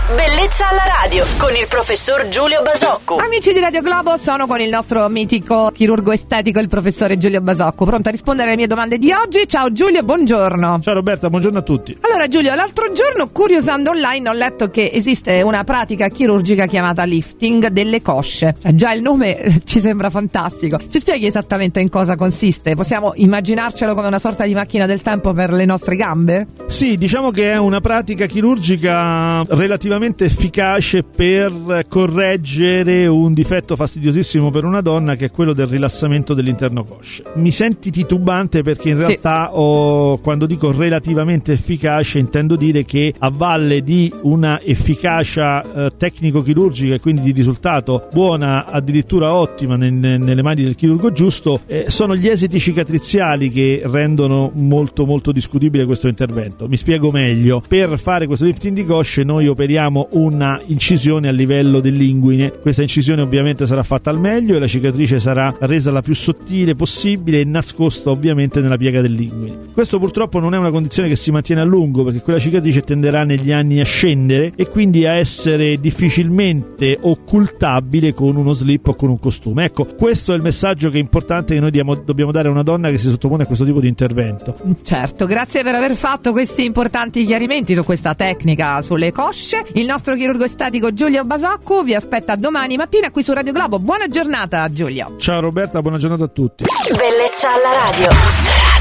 Bellezza alla radio con il professor Giulio Basocco. Amici di Radio Globo, sono con il nostro mitico chirurgo estetico, il professore Giulio Basocco, pronto a rispondere alle mie domande di oggi. Ciao Giulio, buongiorno. Ciao Roberta, buongiorno a tutti. Allora Giulio, l'altro giorno curiosando online ho letto che esiste una pratica chirurgica chiamata lifting delle cosce. Già il nome ci sembra fantastico. Ci spieghi esattamente in cosa consiste? Possiamo immaginarcelo come una sorta di macchina del tempo per le nostre gambe? Sì, diciamo che è una pratica chirurgica relativamente efficace per correggere un difetto fastidiosissimo per una donna, che è quello del rilassamento dell'interno cosce. Mi senti titubante perché in realtà quando dico relativamente efficace intendo dire che a valle di una efficacia tecnico-chirurgica e quindi di risultato buona, addirittura ottima nelle mani del chirurgo giusto, sono gli esiti cicatriziali che rendono molto molto discutibile questo intervento. Mi spiego meglio. Per fare questo lifting di cosce noi operiamo una incisione a livello dell'inguine. Questa incisione ovviamente sarà fatta al meglio e la cicatrice sarà resa la più sottile possibile e nascosta ovviamente nella piega dell'inguine. Questo purtroppo non è una condizione che si mantiene a lungo, perché quella cicatrice tenderà negli anni a scendere e quindi a essere difficilmente occultabile con uno slip o con un costume. Ecco, questo è il messaggio che è importante che noi dobbiamo dare a una donna che si sottopone a questo tipo di intervento. Certo, grazie per aver fatto questi importanti chiarimenti su questa tecnica sulle cosce. Il nostro chirurgo estetico Giulio Basocco vi aspetta domani mattina qui su Radio Globo. Buona giornata Giulio. Ciao Roberta, buona giornata a tutti. Bellezza alla radio.